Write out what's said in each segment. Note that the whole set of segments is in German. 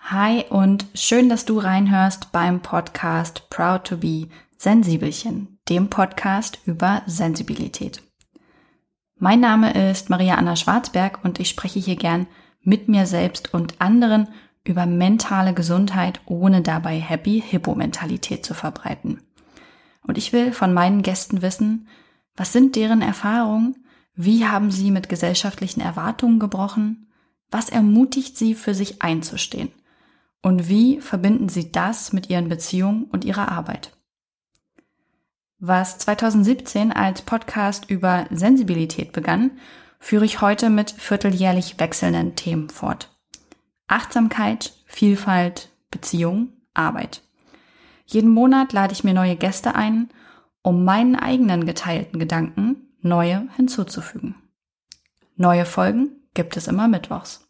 Hi und schön, dass du reinhörst beim Podcast Proud to be Sensibelchen, dem Podcast über Sensibilität. Mein Name ist Maria Anna Schwarzberg und ich spreche hier gern mit mir selbst und anderen über mentale Gesundheit, ohne dabei Happy-Hippo-Mentalität zu verbreiten. Und ich will von meinen Gästen wissen, was sind deren Erfahrungen, wie haben sie mit gesellschaftlichen Erwartungen gebrochen, was ermutigt sie, für sich einzustehen? Und wie verbinden Sie das mit Ihren Beziehungen und Ihrer Arbeit? Was 2017 als Podcast über Sensibilität begann, führe ich heute mit vierteljährlich wechselnden Themen fort. Achtsamkeit, Vielfalt, Beziehung, Arbeit. Jeden Monat lade ich mir neue Gäste ein, um meinen eigenen geteilten Gedanken neue hinzuzufügen. Neue Folgen gibt es immer mittwochs.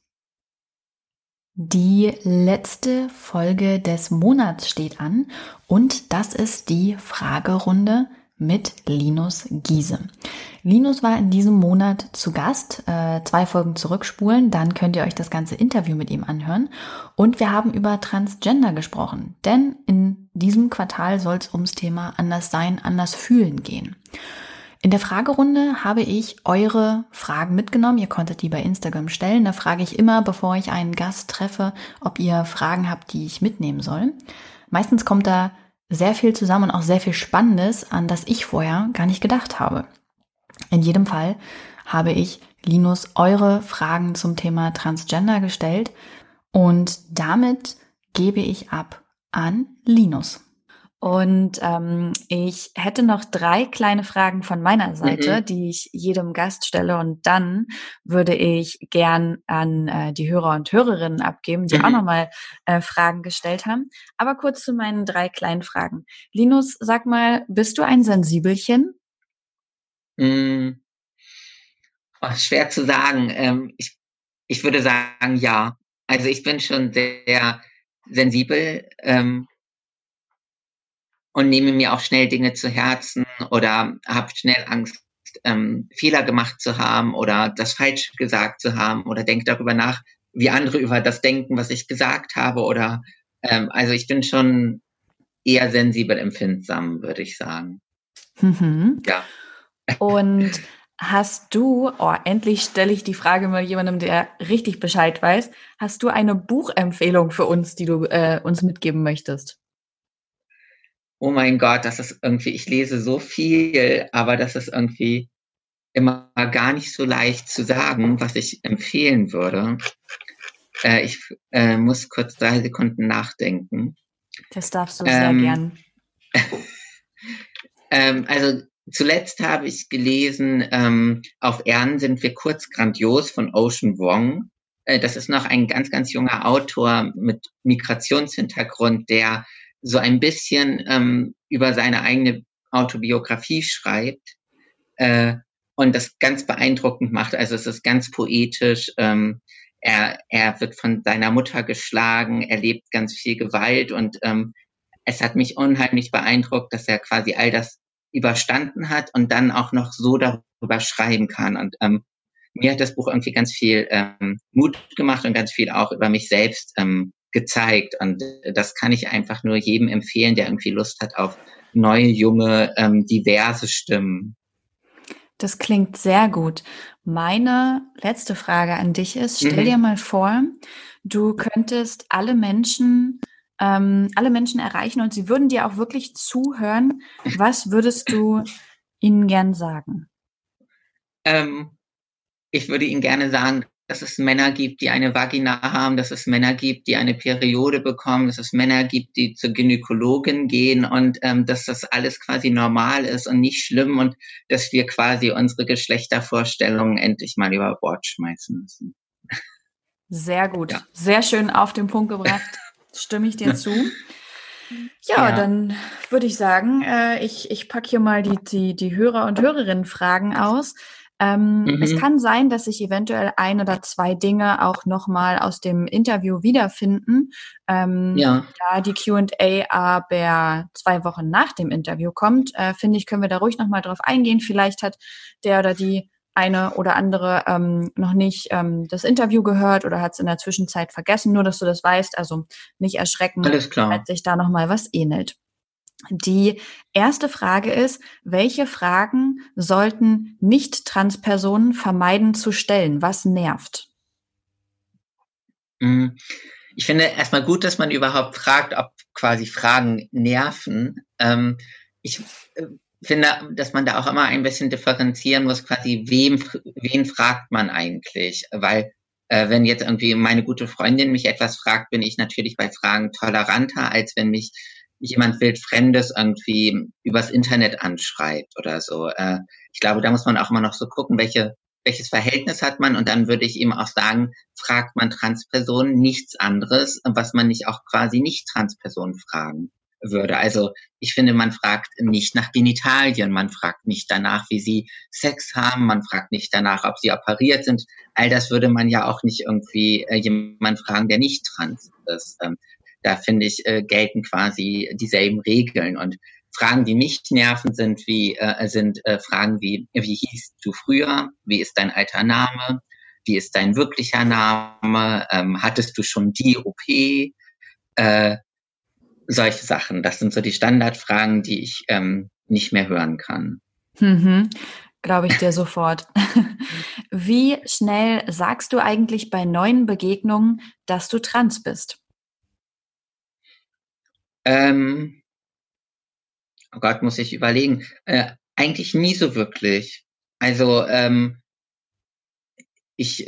Die letzte Folge des Monats steht an und das ist die Fragerunde mit Linus Giese. Linus war in diesem Monat zu Gast, 2 Folgen zurückspulen, dann könnt ihr euch das ganze Interview mit ihm anhören und wir haben über Transgender gesprochen, denn in diesem Quartal soll es ums Thema Anderssein, anders fühlen gehen. In der Fragerunde habe ich eure Fragen mitgenommen. Ihr konntet die bei Instagram stellen. Da frage ich immer, bevor ich einen Gast treffe, ob ihr Fragen habt, die ich mitnehmen soll. Meistens kommt da sehr viel zusammen und auch sehr viel Spannendes, an das ich vorher gar nicht gedacht habe. In jedem Fall habe ich Linus eure Fragen zum Thema Transgender gestellt und damit gebe ich ab an Linus. Und ich hätte noch 3 kleine Fragen von meiner Seite, die ich jedem Gast stelle. Und dann würde ich gern an die Hörer und Hörerinnen abgeben, die auch nochmal Fragen gestellt haben. Aber kurz zu meinen 3 kleinen Fragen. Linus, sag mal, bist du ein Sensibelchen? Schwer zu sagen. Ich würde sagen, ja. Also ich bin schon sehr sensibel und nehme mir auch schnell Dinge zu Herzen oder habe schnell Angst, Fehler gemacht zu haben oder das Falsche gesagt zu haben oder denke darüber nach, wie andere über das denken, was ich gesagt habe oder also ich bin schon eher sensibel empfindsam, würde ich sagen. Ja. Und hast du, endlich stelle ich die Frage mal jemandem, der richtig Bescheid weiß, hast du eine Buchempfehlung für uns, die du uns mitgeben möchtest? Oh mein Gott, das ist irgendwie, ich lese so viel, aber das ist irgendwie immer gar nicht so leicht zu sagen, was ich empfehlen würde. Ich muss kurz 3 Sekunden nachdenken. Das darfst du sehr gern. Also zuletzt habe ich gelesen, auf Erden sind wir kurz grandios von Ocean Vuong. Das ist noch ein ganz, ganz junger Autor mit Migrationshintergrund, der so ein bisschen über seine eigene Autobiografie schreibt und das ganz beeindruckend macht. Also es ist ganz poetisch. Er wird von seiner Mutter geschlagen, er lebt ganz viel Gewalt und es hat mich unheimlich beeindruckt, dass er quasi all das überstanden hat und dann auch noch so darüber schreiben kann. Und mir hat das Buch irgendwie ganz viel Mut gemacht und ganz viel auch über mich selbst gezeigt. Und das kann ich einfach nur jedem empfehlen, der irgendwie Lust hat auf neue, junge, diverse Stimmen. Das klingt sehr gut. Meine letzte Frage an dich ist, stell dir mal vor, du könntest alle Menschen erreichen und sie würden dir auch wirklich zuhören. Was würdest du ihnen gern sagen? Ich würde ihnen gerne sagen, dass es Männer gibt, die eine Vagina haben, dass es Männer gibt, die eine Periode bekommen, dass es Männer gibt, die zur Gynäkologin gehen und dass das alles quasi normal ist und nicht schlimm und dass wir quasi unsere Geschlechtervorstellungen endlich mal über Bord schmeißen müssen. Sehr gut. Ja. Sehr schön auf den Punkt gebracht. Stimme ich dir zu. Ja, dann würde ich sagen, ich packe hier mal die Hörer- und Hörerinnen-Fragen aus. Es kann sein, dass sich eventuell 1 oder 2 Dinge auch nochmal aus dem Interview wiederfinden. Da die Q&A aber 2 Wochen nach dem Interview kommt, finde ich, können wir da ruhig nochmal drauf eingehen. Vielleicht hat der oder die eine oder andere noch nicht das Interview gehört oder hat es in der Zwischenzeit vergessen, nur dass du das weißt, also nicht erschrecken, Alles falls klar. sich da nochmal was ähnelt. Die erste Frage ist, welche Fragen sollten Nicht-Trans-Personen vermeiden zu stellen? Was nervt? Ich finde erstmal gut, dass man überhaupt fragt, ob quasi Fragen nerven. Ich finde, dass man da auch immer ein bisschen differenzieren muss, quasi wen fragt man eigentlich? Weil wenn jetzt irgendwie meine gute Freundin mich etwas fragt, bin ich natürlich bei Fragen toleranter, als wenn mich jemand wildfremdes irgendwie übers Internet anschreibt oder so. Ich glaube, da muss man auch immer noch so gucken, welches Verhältnis hat man, und dann würde ich eben auch sagen, fragt man Transpersonen nichts anderes, was man nicht auch quasi nicht Transpersonen fragen würde. Also ich finde, man fragt nicht nach Genitalien, man fragt nicht danach, wie sie Sex haben, man fragt nicht danach, ob sie operiert sind. All das würde man ja auch nicht irgendwie jemand fragen, der nicht trans ist. Da finde ich, gelten quasi dieselben Regeln. Und Fragen, die mich nerven, sind Fragen wie hießt du früher? Wie ist dein alter Name? Wie ist dein wirklicher Name? Hattest du schon die OP? Solche Sachen. Das sind so die Standardfragen, die ich nicht mehr hören kann. Glaube ich dir sofort. Wie schnell sagst du eigentlich bei neuen Begegnungen, dass du trans bist? Oh Gott, muss ich überlegen. Eigentlich nie so wirklich. Also ich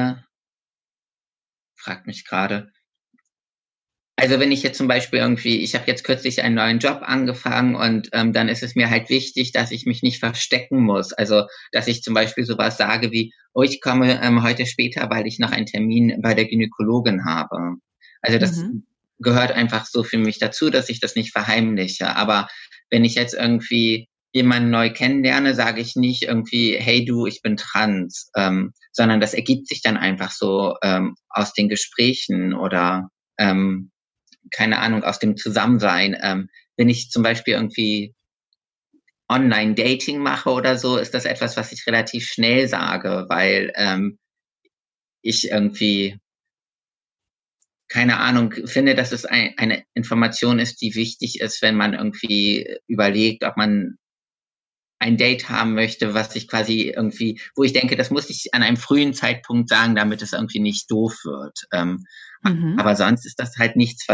frag mich gerade. Also wenn ich jetzt zum Beispiel ich habe jetzt kürzlich einen neuen Job angefangen, und dann ist es mir halt wichtig, dass ich mich nicht verstecken muss. Also dass ich zum Beispiel sowas sage wie, oh, ich komme heute später, weil ich noch einen Termin bei der Gynäkologin habe. Also das gehört einfach so für mich dazu, dass ich das nicht verheimliche. Aber wenn ich jetzt irgendwie jemanden neu kennenlerne, sage ich nicht irgendwie, hey du, ich bin trans, sondern das ergibt sich dann einfach so aus den Gesprächen oder keine Ahnung, aus dem Zusammensein. Wenn ich zum Beispiel irgendwie Online-Dating mache oder so, ist das etwas, was ich relativ schnell sage, weil ich irgendwie, keine Ahnung, finde, dass es eine Information ist, die wichtig ist, wenn man irgendwie überlegt, ob man ein Date haben möchte, was ich quasi irgendwie, wo ich denke, das muss ich an einem frühen Zeitpunkt sagen, damit es irgendwie nicht doof wird. Aber sonst ist das halt nichts,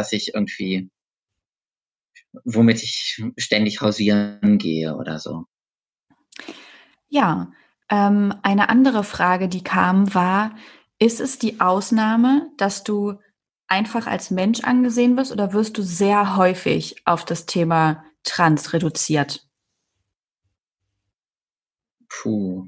womit ich ständig hausieren gehe oder so. Ja, eine andere Frage, die kam, war, ist es die Ausnahme, dass du einfach als Mensch angesehen wirst, oder wirst du sehr häufig auf das Thema Trans reduziert? Puh.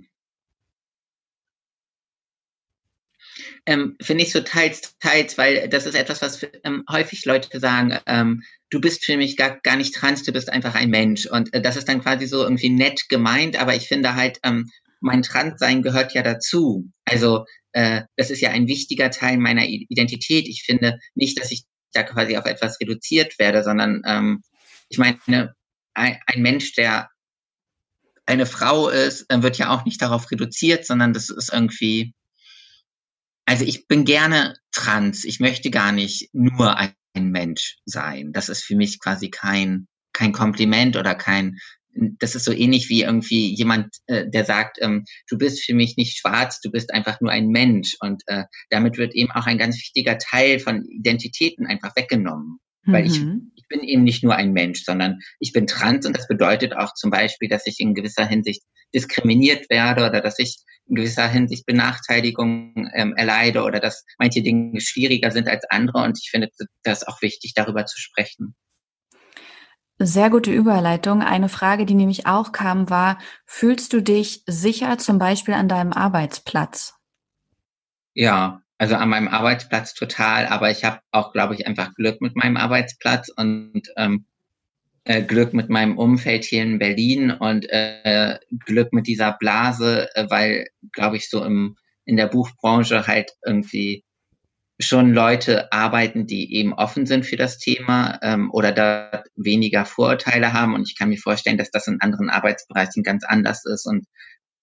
Finde ich so teils, teils, weil das ist etwas, was häufig Leute sagen, du bist für mich gar nicht trans, du bist einfach ein Mensch. Und das ist dann quasi so irgendwie nett gemeint, aber ich finde halt, mein Transsein gehört ja dazu. Also das ist ja ein wichtiger Teil meiner Identität. Ich finde nicht, dass ich da quasi auf etwas reduziert werde, sondern ich meine, ein Mensch, der eine Frau ist, wird ja auch nicht darauf reduziert, sondern das ist irgendwie, also ich bin gerne trans. Ich möchte gar nicht nur ein Mensch sein. Das ist für mich quasi kein Kompliment oder das ist so ähnlich wie irgendwie jemand, der sagt, du bist für mich nicht schwarz, du bist einfach nur ein Mensch. Und damit wird eben auch ein ganz wichtiger Teil von Identitäten einfach weggenommen. Weil ich bin eben nicht nur ein Mensch, sondern ich bin trans, und das bedeutet auch zum Beispiel, dass ich in gewisser Hinsicht diskriminiert werde oder dass ich in gewisser Hinsicht Benachteiligung erleide oder dass manche Dinge schwieriger sind als andere. Und ich finde das auch wichtig, darüber zu sprechen. Sehr gute Überleitung. Eine Frage, die nämlich auch kam, war, fühlst du dich sicher zum Beispiel an deinem Arbeitsplatz? Ja, also an meinem Arbeitsplatz total, aber ich habe auch, glaube ich, einfach Glück mit meinem Arbeitsplatz und Glück mit meinem Umfeld hier in Berlin und Glück mit dieser Blase, weil, glaube ich, so in der Buchbranche halt irgendwie schon Leute arbeiten, die eben offen sind für das Thema oder da weniger Vorurteile haben. Und ich kann mir vorstellen, dass das in anderen Arbeitsbereichen ganz anders ist. Und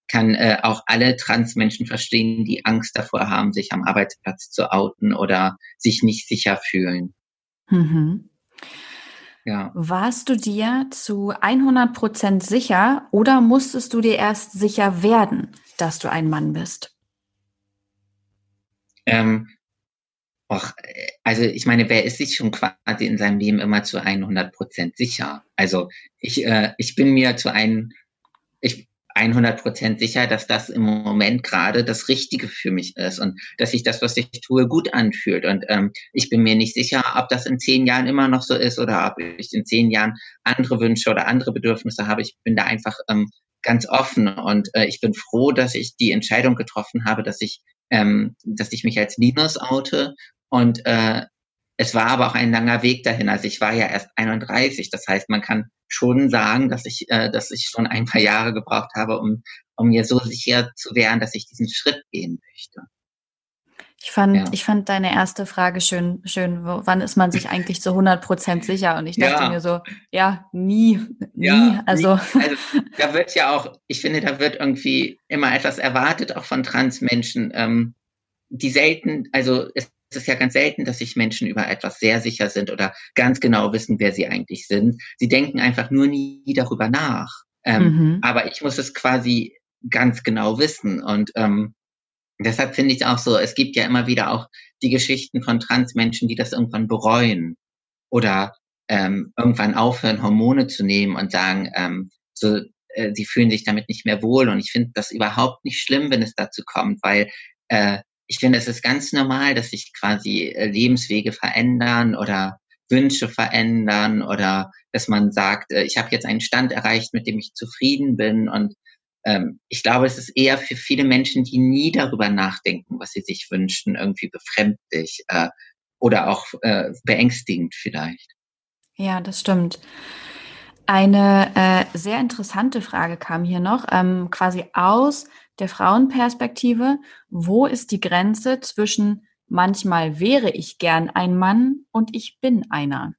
kann auch alle Transmenschen verstehen, die Angst davor haben, sich am Arbeitsplatz zu outen oder sich nicht sicher fühlen. Mhm. Ja. Warst du dir zu 100% sicher oder musstest du dir erst sicher werden, dass du ein Mann bist? Ähm, also ich meine, wer ist sich schon quasi in seinem Leben immer zu 100% sicher? Also ich bin mir ich 100% sicher, dass das im Moment gerade das Richtige für mich ist und dass sich das, was ich tue, gut anfühlt. Und ich bin mir nicht sicher, ob das in 10 Jahren immer noch so ist oder ob ich in 10 Jahren andere Wünsche oder andere Bedürfnisse habe. Ich bin da einfach ganz offen und ich bin froh, dass ich die Entscheidung getroffen habe, dass ich mich als Linus oute und es war aber auch ein langer Weg dahin. Also ich war ja erst 31. Das heißt, man kann schon sagen, dass ich schon ein paar Jahre gebraucht habe, um mir so sicher zu werden, dass ich diesen Schritt gehen möchte. Ja. Ich fand deine erste Frage schön, wann ist man sich eigentlich zu 100% sicher? Und ich dachte mir Ja, so, ja, nie, nie. ja, Also, also da wird ja auch, ich finde, da wird irgendwie immer etwas erwartet, auch von Transmenschen, die selten, also es ist ja ganz selten, dass sich Menschen über etwas sehr sicher sind oder ganz genau wissen, wer sie eigentlich sind. Sie denken einfach nur nie darüber nach. mhm. Aber ich muss es quasi ganz genau wissen. Und deshalb finde ich auch so, es gibt ja immer wieder auch die Geschichten von Transmenschen, die das irgendwann bereuen oder irgendwann aufhören, Hormone zu nehmen und sagen, sie fühlen sich damit nicht mehr wohl. Und ich finde das überhaupt nicht schlimm, wenn es dazu kommt, weil äh, ich finde, es ist ganz normal, dass sich quasi Lebenswege verändern oder Wünsche verändern oder dass man sagt, ich habe jetzt einen Stand erreicht, mit dem ich zufrieden bin. Und ich glaube, es ist eher für viele Menschen, die nie darüber nachdenken, was sie sich wünschen, irgendwie befremdlich oder auch beängstigend vielleicht. Ja, das stimmt. Eine sehr interessante Frage kam hier noch, quasi aus der Frauenperspektive. Wo ist die Grenze zwischen manchmal wäre ich gern ein Mann und ich bin einer?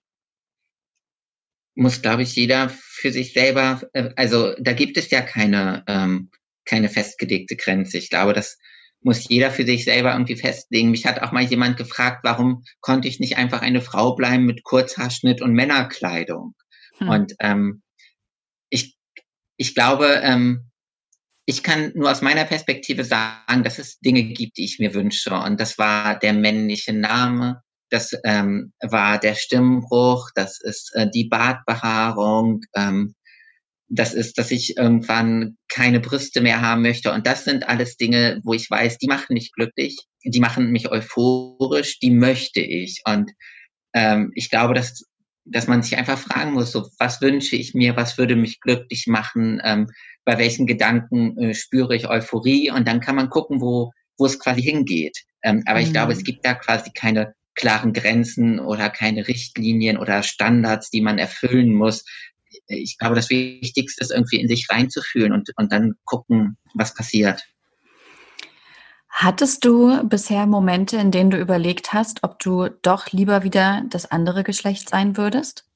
Muss, glaube ich, jeder für sich selber, also da gibt es ja keine festgelegte Grenze. Ich glaube, das muss jeder für sich selber irgendwie festlegen. Mich hat auch mal jemand gefragt, warum konnte ich nicht einfach eine Frau bleiben mit Kurzhaarschnitt und Männerkleidung? Hm. Und ich, ich glaube, ich kann nur aus meiner Perspektive sagen, dass es Dinge gibt, die ich mir wünsche. Und das war der männliche Name, das war der Stimmbruch, das ist die Bartbehaarung, das ist, dass ich irgendwann keine Brüste mehr haben möchte. Und das sind alles Dinge, wo ich weiß, die machen mich glücklich, die machen mich euphorisch, die möchte ich. Und ich glaube, dass man sich einfach fragen muss, so, was wünsche ich mir, was würde mich glücklich machen, bei welchen Gedanken spüre ich Euphorie und dann kann man gucken, wo es quasi hingeht. Aber ich glaube, es Hm. gibt da quasi keine klaren Grenzen oder keine Richtlinien oder Standards, die man erfüllen muss. Ich glaube, das Wichtigste ist irgendwie in sich reinzufühlen und dann gucken, was passiert. Hattest du bisher Momente, in denen du überlegt hast, ob du doch lieber wieder das andere Geschlecht sein würdest?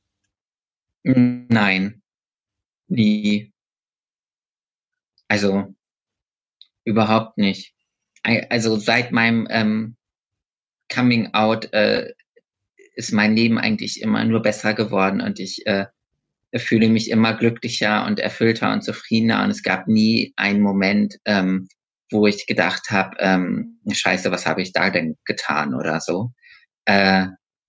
Nein, nie. Also überhaupt nicht. Also seit meinem Coming Out ist mein Leben eigentlich immer nur besser geworden und ich fühle mich immer glücklicher und erfüllter und zufriedener und es gab nie einen Moment, wo ich gedacht habe, Scheiße, was habe ich da denn getan oder so. Äh,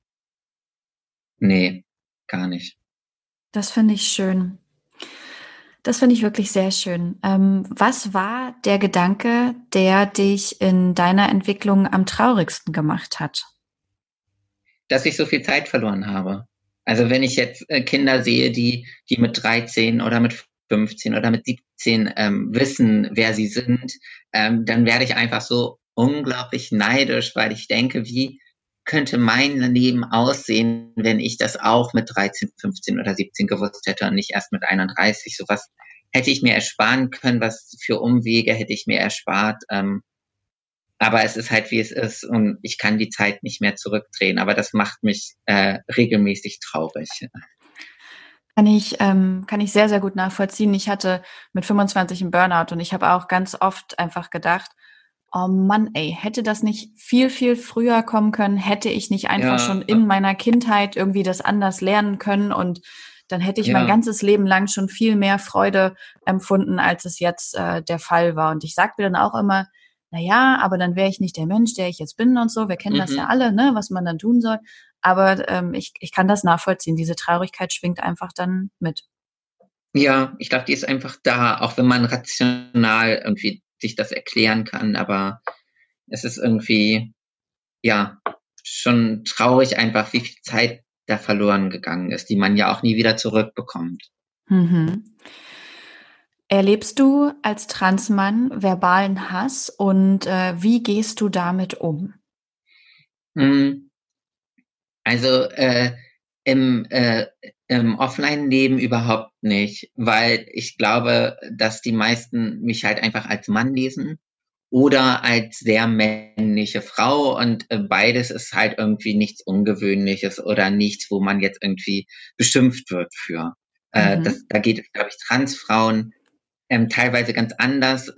nee, gar nicht. Das finde ich schön. Das finde ich wirklich sehr schön. Was war der Gedanke, der dich in deiner Entwicklung am traurigsten gemacht hat? Dass ich so viel Zeit verloren habe. Also wenn ich jetzt Kinder sehe, die mit 13 oder mit 15 oder mit 17 wissen, wer sie sind, dann werde ich einfach so unglaublich neidisch, weil ich denke, wie könnte mein Leben aussehen, wenn ich das auch mit 13, 15 oder 17 gewusst hätte und nicht erst mit 31. So was hätte ich mir ersparen können, was für Umwege hätte ich mir erspart. Aber es ist halt, wie es ist und ich kann die Zeit nicht mehr zurückdrehen. Aber das macht mich regelmäßig traurig. Kann ich sehr, sehr gut nachvollziehen. Ich hatte mit 25 einen Burnout und ich habe auch ganz oft einfach gedacht, oh Mann, ey, hätte das nicht viel, viel früher kommen können, hätte ich nicht einfach schon Ja, in meiner Kindheit irgendwie das anders lernen können und dann hätte ich mein ja, ganzes Leben lang schon viel mehr Freude empfunden, als es jetzt der Fall war. Und ich sag mir dann auch immer, na ja, aber dann wäre ich nicht der Mensch, der ich jetzt bin und so. Wir kennen das ja mhm. alle, ne, was man dann tun soll. Aber ich kann das nachvollziehen. Diese Traurigkeit schwingt einfach dann mit. Ja, ich glaube, die ist einfach da, auch wenn man rational irgendwie sich das erklären kann, aber es ist irgendwie, ja, schon traurig einfach, wie viel Zeit da verloren gegangen ist, die man ja auch nie wieder zurückbekommt. Mhm. Erlebst du als Transmann verbalen Hass und wie gehst du damit um? Hm, also im, äh, im Offline-Leben überhaupt nicht, weil ich glaube, dass die meisten mich halt einfach als Mann lesen oder als sehr männliche Frau und beides ist halt irgendwie nichts Ungewöhnliches oder nichts, wo man jetzt irgendwie beschimpft wird für. Mhm. Da geht es, glaube ich, Transfrauen teilweise ganz anders,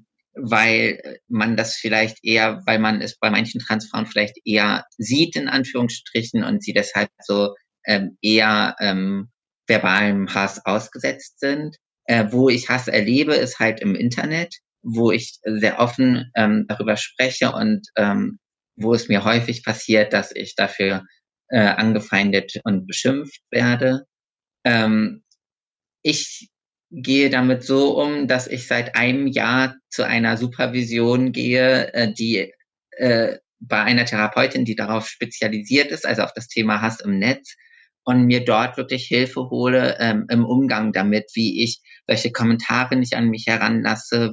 weil man das vielleicht eher, weil man es bei manchen Transfrauen vielleicht eher sieht, in Anführungsstrichen, und sie deshalb so eher verbalem Hass ausgesetzt sind. Wo ich Hass erlebe, ist halt im Internet, wo ich sehr offen darüber spreche und wo es mir häufig passiert, dass ich dafür angefeindet und beschimpft werde. Ähm, Ich gehe damit so um, dass ich seit einem Jahr zu einer Supervision gehe, die bei einer Therapeutin, die darauf spezialisiert ist, also auf das Thema Hass im Netz, und mir dort wirklich Hilfe hole im Umgang damit, wie ich solche Kommentare nicht an mich heranlasse,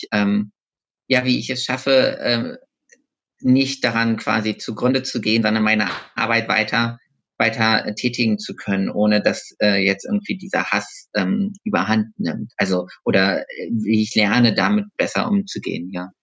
wie ich es schaffe, nicht daran quasi zugrunde zu gehen, sondern meine Arbeit weiter tätigen zu können, ohne dass jetzt irgendwie dieser Hass überhand nimmt. Also oder wie ich lerne, damit besser umzugehen, ja.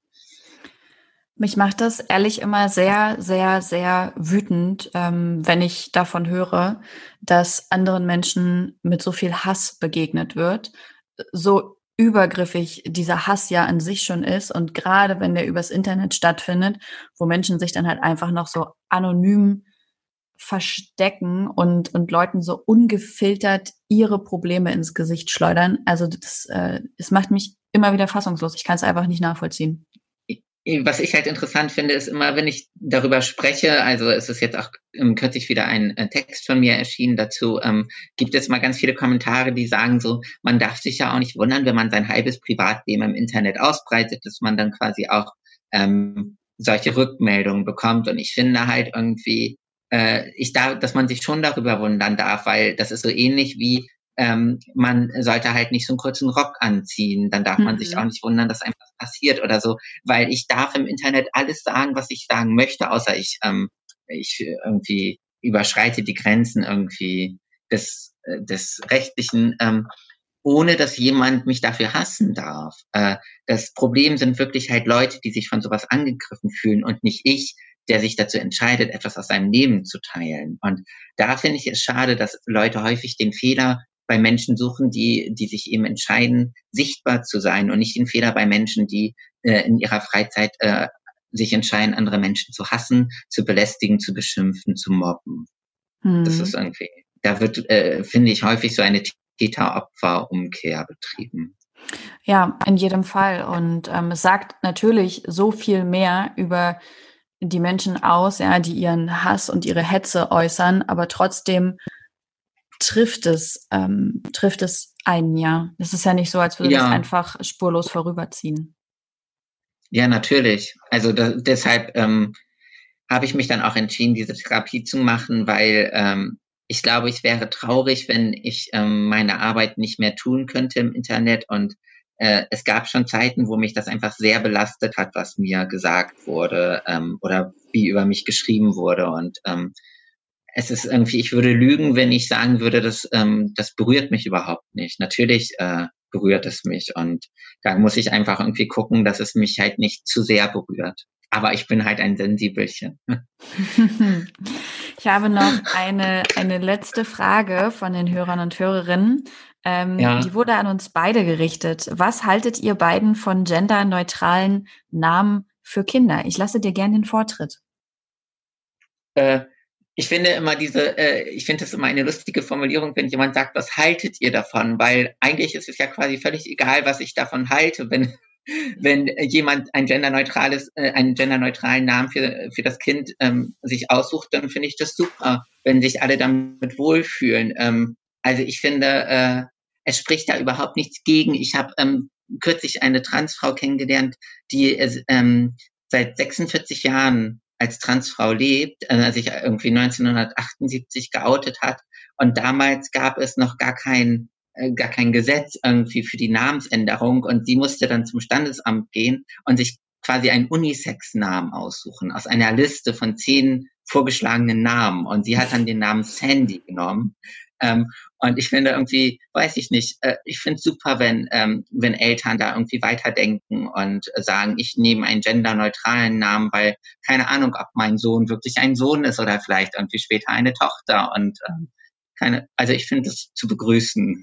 Mich macht das ehrlich immer sehr, sehr, sehr wütend, wenn ich davon höre, dass anderen Menschen mit so viel Hass begegnet wird. So übergriffig dieser Hass ja an sich schon ist und gerade wenn der übers Internet stattfindet, wo Menschen sich dann halt einfach noch so anonym verstecken und Leuten so ungefiltert ihre Probleme ins Gesicht schleudern. Also es macht mich immer wieder fassungslos. Ich kann es einfach nicht nachvollziehen. Was ich halt interessant finde, ist immer, wenn ich darüber spreche, also es ist jetzt auch kürzlich wieder ein Text von mir erschienen dazu, gibt es mal ganz viele Kommentare, die sagen so, man darf sich ja auch nicht wundern, wenn man sein halbes Privatleben im Internet ausbreitet, dass man dann quasi auch solche Rückmeldungen bekommt. Und ich finde halt irgendwie, dass man sich schon darüber wundern darf, weil das ist so ähnlich wie man sollte halt nicht so einen kurzen Rock anziehen, dann darf man sich auch Mhm. nicht wundern, dass einem was passiert oder so, weil ich darf im Internet alles sagen, was ich sagen möchte, außer ich irgendwie überschreite die Grenzen irgendwie des Rechtlichen, ohne dass jemand mich dafür hassen darf. Das Problem sind wirklich halt Leute, die sich von sowas angegriffen fühlen und nicht ich, der sich dazu entscheidet, etwas aus seinem Leben zu teilen. Und da finde ich es schade, dass Leute häufig den Fehler bei Menschen suchen, die sich eben entscheiden, sichtbar zu sein und nicht den Fehler bei Menschen, die in ihrer Freizeit sich entscheiden, andere Menschen zu hassen, zu belästigen, zu beschimpfen, zu mobben. Das ist Mhm. irgendwie, da wird, finde ich, häufig so eine Täter-Opfer-Umkehr betrieben. Ja, in jedem Fall. Und es sagt natürlich so viel mehr über die Menschen aus, ja, die ihren Hass und ihre Hetze äußern, aber trotzdem trifft es einen ja. Es ist ja nicht so, als würde das Ja, einfach spurlos vorüberziehen. ja, natürlich. Also deshalb habe ich mich dann auch entschieden, diese Therapie zu machen, weil ich glaube, ich wäre traurig, wenn ich meine Arbeit nicht mehr tun könnte im Internet. Und es gab schon Zeiten, wo mich das einfach sehr belastet hat, was mir gesagt wurde oder wie über mich geschrieben wurde. Und es ist irgendwie, ich würde lügen, wenn ich sagen würde, das berührt mich überhaupt nicht. Natürlich berührt es mich und da muss ich einfach irgendwie gucken, dass es mich halt nicht zu sehr berührt. Aber ich bin halt ein Sensibelchen. Ich habe noch eine letzte Frage von den Hörern und Hörerinnen. Die wurde an uns beide gerichtet. Was haltet ihr beiden von genderneutralen Namen für Kinder? Ich lasse dir gerne den Vortritt. Ich finde das immer eine lustige Formulierung, wenn jemand sagt, was haltet ihr davon? Weil eigentlich ist es ja quasi völlig egal, was ich davon halte, wenn jemand einen genderneutralen Namen für das Kind sich aussucht, dann finde ich das super, wenn sich alle damit wohlfühlen. Also ich finde, es spricht da überhaupt nichts gegen. Ich habe kürzlich eine Transfrau kennengelernt, die seit 46 Jahren als Transfrau lebt, sich irgendwie 1978 geoutet hat. Und damals gab es noch gar kein Gesetz irgendwie für die Namensänderung, und sie musste dann zum Standesamt gehen und sich quasi einen Unisex-Namen aussuchen aus einer Liste von 10 vorgeschlagenen Namen, und sie hat dann den Namen Sandy genommen. Und ich finde irgendwie, weiß ich nicht, ich finde es super, wenn Eltern da irgendwie weiterdenken und sagen, ich nehme einen genderneutralen Namen, weil keine Ahnung, ob mein Sohn wirklich ein Sohn ist oder vielleicht irgendwie später eine Tochter, und also ich finde es zu begrüßen.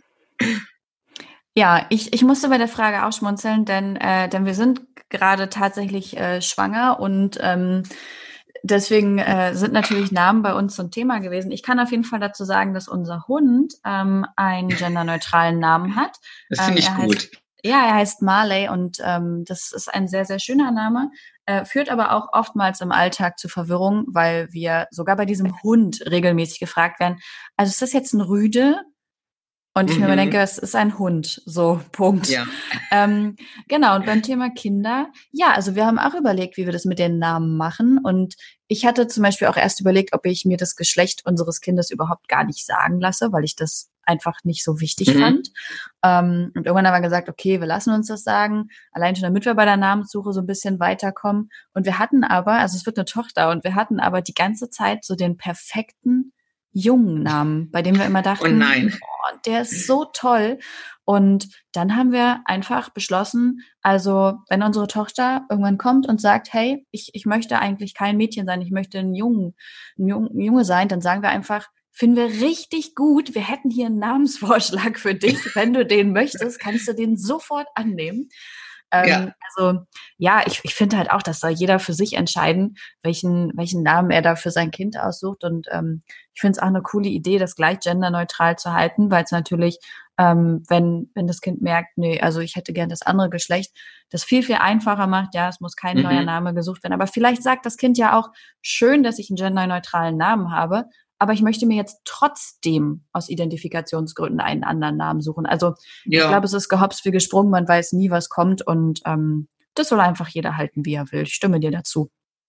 Ja, ich musste bei der Frage auch schmunzeln, denn wir sind gerade tatsächlich schwanger, und deswegen sind natürlich Namen bei uns so ein Thema gewesen. Ich kann auf jeden Fall dazu sagen, dass unser Hund einen genderneutralen Namen hat. Das finde ich gut. Er heißt Marley, und das ist ein sehr, sehr schöner Name, führt aber auch oftmals im Alltag zu Verwirrung, weil wir sogar bei diesem Hund regelmäßig gefragt werden, also ist das jetzt ein Rüde? Und ich mir immer denke, es ist ein Hund, so, Punkt. Ja. Genau, und beim Thema Kinder, ja, also wir haben auch überlegt, wie wir das mit den Namen machen, und ich hatte zum Beispiel auch erst überlegt, ob ich mir das Geschlecht unseres Kindes überhaupt gar nicht sagen lasse, weil ich das einfach nicht so wichtig fand. Und irgendwann haben wir gesagt, okay, wir lassen uns das sagen, allein schon damit wir bei der Namenssuche so ein bisschen weiterkommen. Und wir hatten aber, also es wird eine Tochter, und wir hatten aber die ganze Zeit so den perfekten jungen Namen, bei dem wir immer dachten, oh nein, oh, der ist so toll. Und dann haben wir einfach beschlossen, also wenn unsere Tochter irgendwann kommt und sagt, hey, ich möchte eigentlich kein Mädchen sein, ich möchte ein Junge sein, dann sagen wir einfach, finden wir richtig gut, wir hätten hier einen Namensvorschlag für dich, wenn du den möchtest, kannst du den sofort annehmen. Also ja, ich finde halt auch, das soll jeder für sich entscheiden, welchen Namen er da für sein Kind aussucht. Und ich finde es auch eine coole Idee, das gleich genderneutral zu halten, weil es natürlich, wenn das Kind merkt, nee, also ich hätte gern das andere Geschlecht, das viel, viel einfacher macht. Ja, es muss kein neuer Name gesucht werden. Aber vielleicht sagt das Kind ja auch, schön, dass ich einen genderneutralen Namen habe, aber ich möchte mir jetzt trotzdem aus Identifikationsgründen einen anderen Namen suchen. Also ich glaube, es ist gehopst wie gesprungen, man weiß nie, was kommt, und das soll einfach jeder halten, wie er will. Ich stimme dir dazu.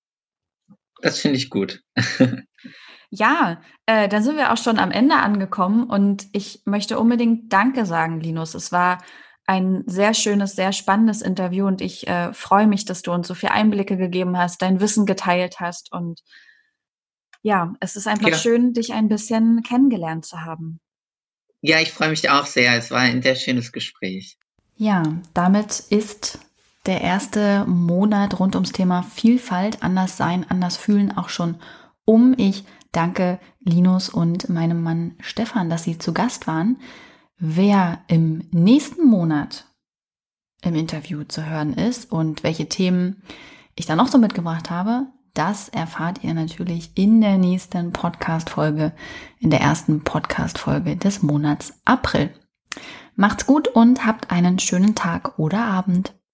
Das finde ich gut. Ja, dann sind wir auch schon am Ende angekommen, und ich möchte unbedingt Danke sagen, Linus. Es war ein sehr schönes, sehr spannendes Interview, und ich freue mich, dass du uns so viele Einblicke gegeben hast, dein Wissen geteilt hast, und ja, es ist einfach schön, dich ein bisschen kennengelernt zu haben. Ja, ich freue mich auch sehr. Es war ein sehr schönes Gespräch. Ja, damit ist der erste Monat rund ums Thema Vielfalt, anders sein, anders fühlen auch schon um. Ich danke Linus und meinem Mann Stefan, dass sie zu Gast waren. Wer im nächsten Monat im Interview zu hören ist und welche Themen ich da noch so mitgebracht habe, das erfahrt ihr natürlich in der nächsten Podcast-Folge, in der ersten Podcast-Folge des Monats April. Macht's gut und habt einen schönen Tag oder Abend.